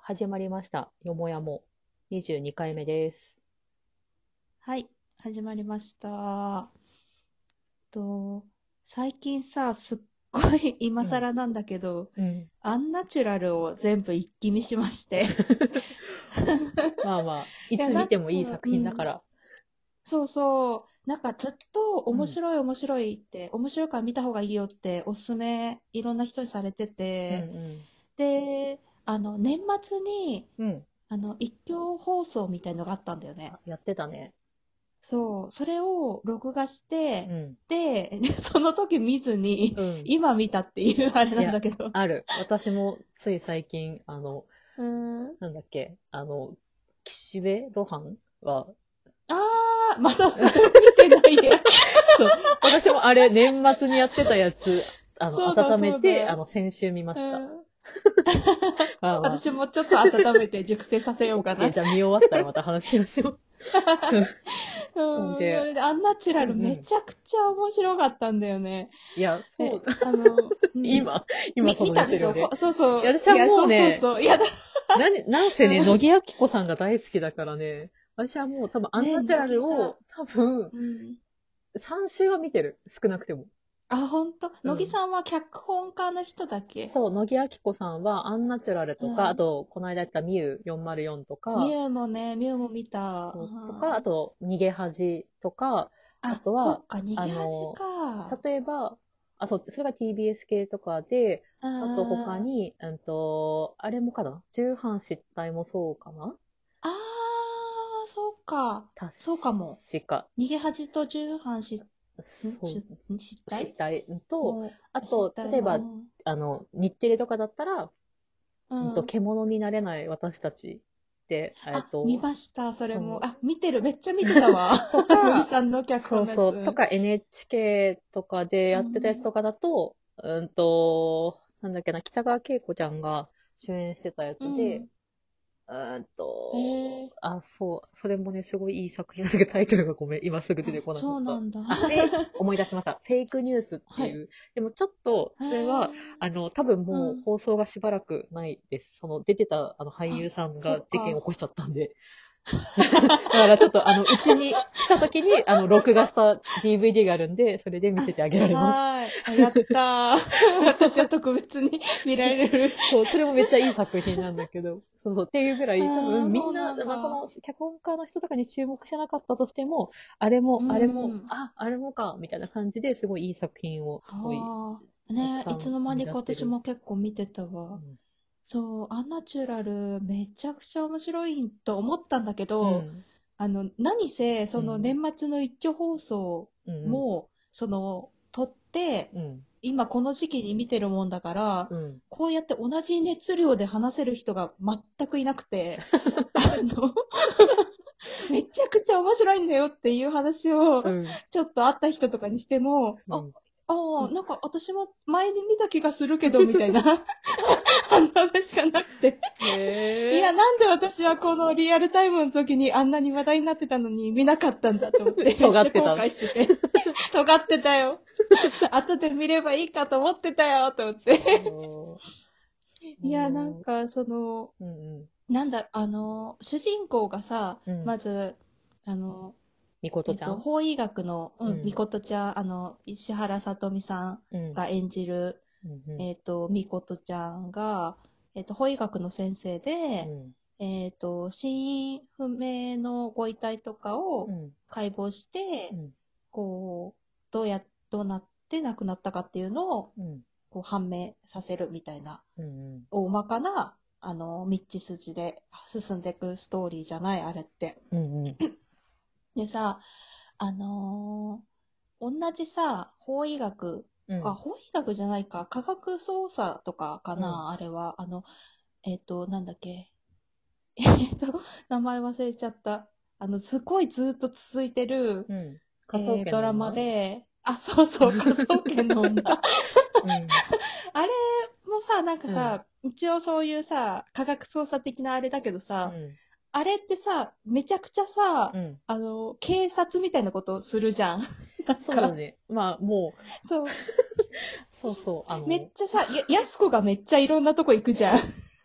始まりました。よもやも22回目です。 はい、始まりました。と、最近さ、すっごい今うん。 更なんだけど、 うん。 アンナチュラルを全部一気見しまして。 まあまあ、いいや、 つ見てもいい作品だから。 そうそう、なんかずっとうん。 面白いって、面白いから見た方がいいよっておすすめいろんな人にされてうんて、 うん。 で、年末に、 うん。 一挙放送みたいのがあったんだよね。 あ、やってたね。 そう、それを録画して、 うん。 で、その時見ずに、 うん。 今見たっていうあれいや、 なんだけど。 ある。私もつい最近、 うーん。 なんだっけ、岸辺露伴は、 まだそれ見てないや。 そう、私もあれ、年末にやってたやつ、 そうだ、 温めて、 そうだ。 先週見ました。 うん。 まあまあ、 私もちょっと温めて熟成させようか OK。 な。 じゃあ見終わったらまた話しましょう。そうそで、 れで、アンナチュラルめうんうん。 ちゃくちゃ面白かったんだよね。 いや、そう、 うん。 今、今その見たでしょ熱量で。 そうそいや、 う。 私はいや、そうそうもうね、 そう。いやだ。 なんせね、乃木明子さんが大好きだからね、私はもう多分アンね、 ナチュラ乃木さん。 ルを多分うん。 3週は見てる。少なくても。 ほんとうん。 乃木さんは脚本家の人だっけ？ そう、乃木明子さんはアンナチュラルとか、あうん。 と、この間やったミュー404とか、 ミュウも見た。 そうとか、あと、逃げ恥とか、あとは、 そっか、逃あげ恥の、 か。 例えば、そう、それが TBS 系とかで、 うあと他ん。 に、あれもかな重版失態もそうかなそうか。 確そうかも。 か。 逃げ恥と重版そう、 失態失態と、 もう、失あと、 態も、 例えば、日テレとかだったら、 うん。うん。 獣になれない私たちで、 見ました、それも。 そう見てる、めっちゃ見てたわ。 と乃木か、 さんの脚そうそう、 本のやつ。 とか NHK とかでやってたやつうん。 とかだと、なんだっけな、北川景子ちゃんが主演してたやつで、 うん。へえ。 そう、それもね、すごいいい作品なんだけど、タイトルがごめん、今すぐ出てこなかった。 そうなんだ。 思い出しました。フェイクニュースってはい。 いう。でもちょっと、 へそれは、 え。 多分うん。 もう放送がしばらくないです。出てた俳優さんそがっか。 事件を起こしちゃったんで。だからちょっとうちに来た時に、録画した DVD があるんで、それで見せてあげられます。 はーい。やったー。私は特別に見られる。 そう、それもめっちゃいい作品なんだけど、そうそう、っていうぐらい、多分みそうんな、 なんだ。 まあ、この脚本家の人とかに注目してなかったとしても、 うあれも、 ん。 あれもか、みたいな感じですごいいい作品を、すごい、 はあ。 たくね、 さん生みいつの間に出してる。 か私も結構見てたわ。 うん。 そう、アンナチュラルめちゃくちゃ面白いと思ったんだけど、 うん。 何せ、そのうん。 年末の一挙放送うん。 も、撮って、 うん。 今この時期に見てるもんだから、 うん。 こうやって同じ熱量で話せる人が全くいなくて、の、めちゃくちゃ面白いんだよっていう話を、 うん。 ちょっと会った人とかにしても、 うん。 なんか私も前に見た気がするけど、みたいな話しかなくて。いや、 へえ。 なんで私はこのリアルタイムの時にあんなに話題になってたのに見なかったんだと思って、めっちゃ後尖ってた。 悔してて。尖ってたよ。後で見ればいいかと思ってたよ、と思って。 そいや、なんう。 か、 うんうん。 主人公がさ、 うん。 まず、あの、 みことちゃん。 法医学の、みうん。 ことちゃん、石原さとみさんうん。 が演じる、 うんうん。 みことちゃんが、法医学の先生で、 うん。 死因不明のご遺体とかをうん。 解剖して、 うん。 こう、どうなって亡くなったかっていうのを、 うん。 こう判明させるみたいな、 うん。 大まかな、道筋で進んでいくストーリーじゃない、あれって。 うん。うん。 でさ、あの同じさ、法医学じゃないか、科学捜査とかかうん。 な、あれは。なんだっけ。名前忘れちゃった。すごいずっと続いてる、 うん。科捜研ドラマの女。 で、そうそう、科捜研の女。 うん。 あれもさ、なんかうん。 さ、一応そういうさ、科学捜査的なあれだけどさ、 うん。 あれってさ、めちゃくちゃさ、 うん。 警察みたいなことするじゃん。なんか、 そうだね。まあ、もう、 そう、 そうそう、 めっちゃさ、やすこがめっちゃいろんなとこ行くじゃん。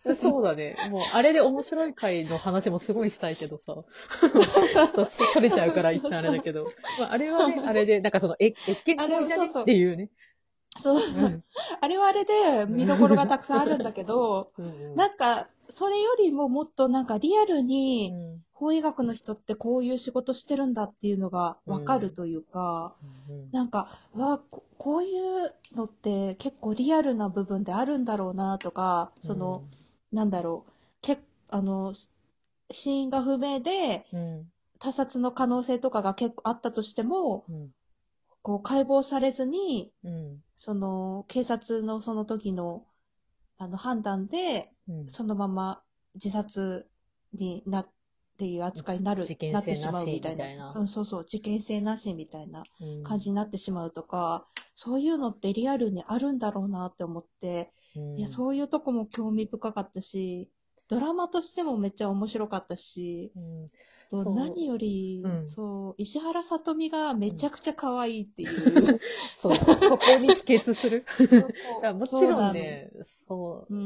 そうだね。もう、あれで面白い回の話もすごいしたいけどさ。ちょっとそれちゃうから一旦あれだけど。まあ、あれはね、あれで、なんかその、越見すごいじゃねそうそうっていうね。 そう。 うんあれはあれで見どころがたくさんあるんだけど、 うんなんか、それよりももっとなんかリアルうに、 ん法医学の人ってこういう仕事してるんだっていうのがわかるというか、 うんなんか、こういうのって結構リアルな部分であるんだろうなとか、なんだろう、あの、死因が不明でうん他殺の可能性とかが結構あったとしても、 うんこう解剖されずに、 うん警察のその時の、判断で、 うんそのまま自殺になっていう扱いに事件なってし性なしまうみたいな。 みたいな。 うん、そうそう、事件性なしみたいなうん感じになってしまうとか、そういうのってリアルにあるんだろうなって思って、いや、 うんそういうとこも興味深かったし、ドラマとしてもめっちゃ面白かったし、 うんそ何より、 う。うん。 そう、石原さとみがめちゃくちゃ可愛いっていう。 そう、そこに帰結する。 そいこ、 やもちそうなの。 ろんね、そう、 うん。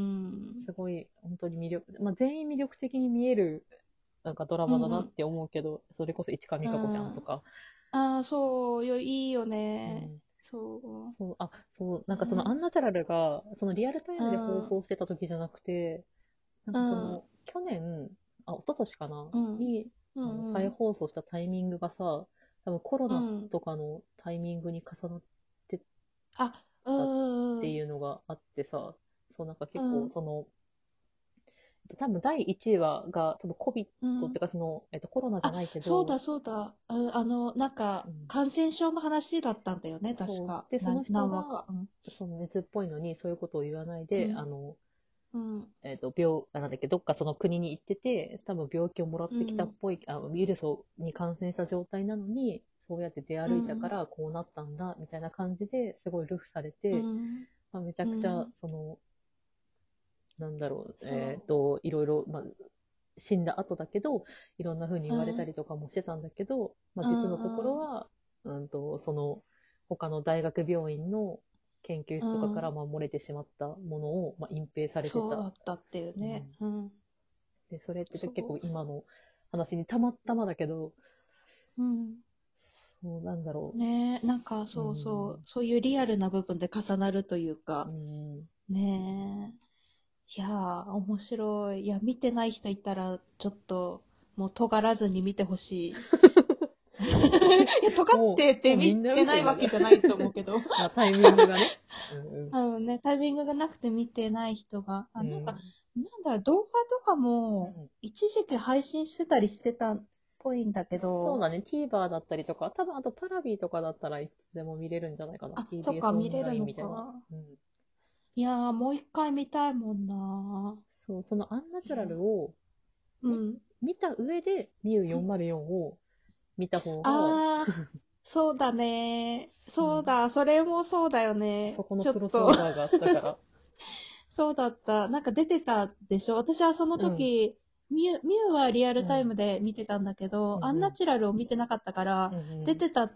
すごい、本当に魅力、まあ、全員魅力的に見える、なんかドラマだうんうん。 なって思うけど、それこそ市川美う香子ちゃんとん。 か、 ああ、そうよ、いいよね。 うん、 そそう、あ、そう、 う。 なんかそのアンナチュラルが、そのリアルタイうムで放ん。 送してた時じゃなくて、なんうん。 かその、去年、一昨年かな、 うん。 に、 うん。う再ん。 放送したタイミングがさ、多分コロナうん。 とかのタイミングに重なってあ、うたっん。うん。 ていうのがあってさ、そうなんか結構うん。 その、多分第1話が多分 COVID っていうかその、コロナじゃあ、 ないけど、 そうだ、そうだ。なんか、 うん、 感染症の話だったんだよね、確そう。 か。 で、その人が、 何話か。うん。 その熱っぽいのにそういうことを言わないで、 うん。うん。 なんだっけ、どっかその国に行ってて、多分病気をもらってきたっうん。 ぽい、ウイルスに感染した状態なのに、そうやって出歩いたかうん。 らこうなったんだ、みたいな感じですごいルフされうて、 ん。 まあ、めちゃくちゃ、 うん。 その、なんだろう、 そいろいろ、まあ、死んだ後だけど、いろんな風にう。 言われうん。 たりとかもしてたんだけど、まあ、 う実のところん。うん。 は、その、他の大学病院の研究室とかからうん。 漏れてしまったものを、まあ、隠蔽されてた。 そうだったっていうね。 うん、 うん。 で、それって結構そ今の話にたまたまだけど、 う。うん。 そうなんだろねえ、なんかう。うそうそう、 ん。 そういうリアルな部分で重なるといううか、 ん。 ねえ。いやー、面白い。いや、見てない人いたら、ちょっと、もう尖らずに見てほしい。いや、尖ってて見もうみんなてないわ見てるから。 けじゃないと思うけど。 まあ、タイミングがね。うんね、タイミングがなくて見てない人が、 うん。 なんか、 うん。 なんだろう、動画とかも、 うん一時期配信してたりしてたっぽいんだけど、 そうだね、TVer だったりとか、多分あとパラビとかだったらいつでも見れるんじゃないかな。 あ、そっ TBS か、 オン見れるのラインみたいな。 か。 うん。 いやー、もう一回見たいもんな。 そう、そのアンナチュいや、 ラルを見、 うん。 見た上で、ミュー404を見た方が、 あー、そうだね。 うん、 そうだ、それもそうだよね。 そこのちょっクロスオと、 ーバーがあったから。 そうだった。なんか出てたでしょ。私はそのうん、 時、ミュウはリアルうん、 タイムで見てたんだけど、アンナうん、 チュラルを見てなかったから、 うん、うん、 出てたって、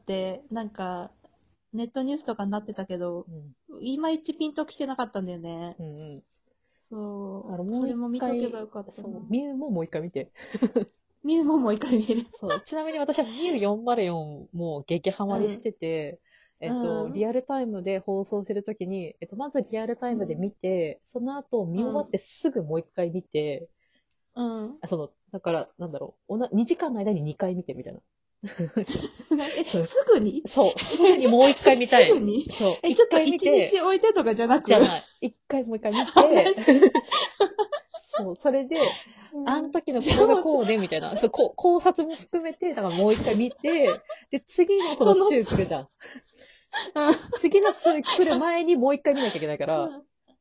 なんか、ネットニュースとかになってたけど、 うん、 いまいちピンと来てなかったんだよね。 うん。だからそう、そもう一れも見とけば回、 よかったな。 そう、ミューももう一回見て。 ミュウももう一回見る。 そう、ちなみに私はミュー404も激ハマりしうん。 てて、 うん。 リアルタイムで放送してるときに、まずリアルタイムでうん。 見て、その後見終わってすぐもう一回見て、 うん。 だから、なんだろう、2時間の間に2回見てみたいな。 すぐにそう、すぐにもう一回見すたい。 ぐにそう、 ちょっと一回見一日て、 置いてとかじゃなくじゃない。一回もう一回見あ、マて、 ジそう、それで、あの時のでこれがも、 こうね、みたいな。そう、考察も含めて、だからもう一回見て、で、次のそのその、 週来るじゃん。次の週来る前にもう一回見なきゃいけないから、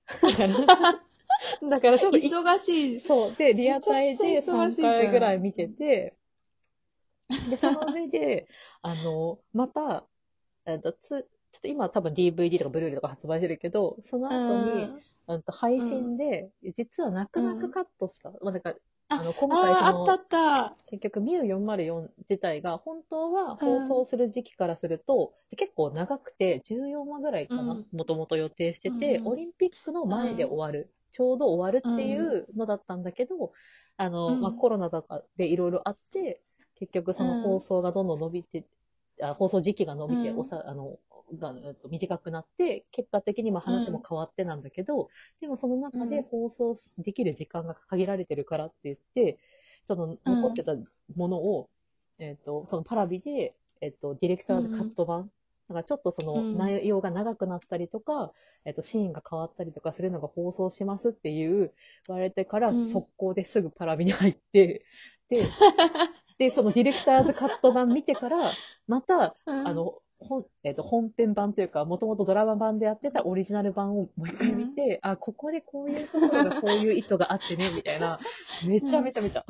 だからちょっと忙しい。 そう、で、リアめちゃくタイでちゃ忙 3 しいじゃん。 回ぐらい見てで、その上で、また、ちょっと今多分 DVD とかブルーレイとか発売してるけど、そのう後に、 ん。 配うん。 信で、実は泣く泣くうん。 カットした。まあ、なんか、 あ、 今回そあったあの、 った。 結局、ミュー404自体が本当はう放送ん。 する時期からすると、結構長くて14話ぐらいかな、 うん。 もともと予定しうてて、オん。 リンピックの前でうん。 終わる。 ちょうど終わるっていうのだったんだけど、コロナとかでいろいろあって、結局その放送がどんどん伸びて、放送時期が伸びて、短くなって、結果的に話も変わってなんだけど、でもその中で放送できる時間が限られてるからって言って、その残ってたものを、そのパラビで、ディレクターズカット版、なんかちょっとその内容が長くなったりとか、シーンが変わったりとかするのが放送しますっていう言われてから、速攻ですぐパラビに入って、で、そのディレクターズカット版見てから、また、本編版というか、もともとドラマ版でやってたオリジナル版をもう一回見て、あ、ここでこういうところがこういう意図があってね、みたいな、めちゃめちゃ見た。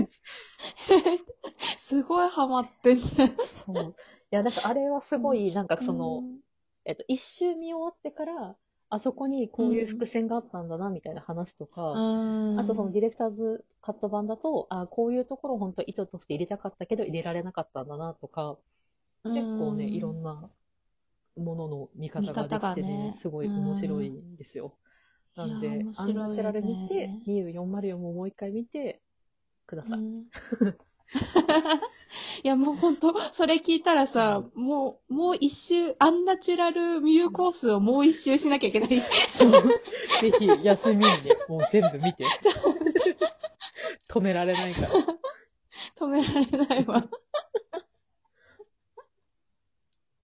すごいハマってんじゃん。 そう。いや、なんかあれはすごい、なんかその、一周見終わってから、あそこにこういう伏線があったんだな、みたいな話とか、あとそのディレクターズカット版だと、こういうところを本当意図として入れたかったけど入れられなかったんだな、とか、結構ね、いろんなものの見方ができてね、すごい面白いんですよ。なんで、アンナチュラル見て、ミユ404ももう一回見てください。 いや、もう本当それ聞いたらさ、もう一周、アンナチュラルミューコースをもう一周しなきゃいけない。ぜひ、休みにね、もう全部見て。止められないから。 止められないわ。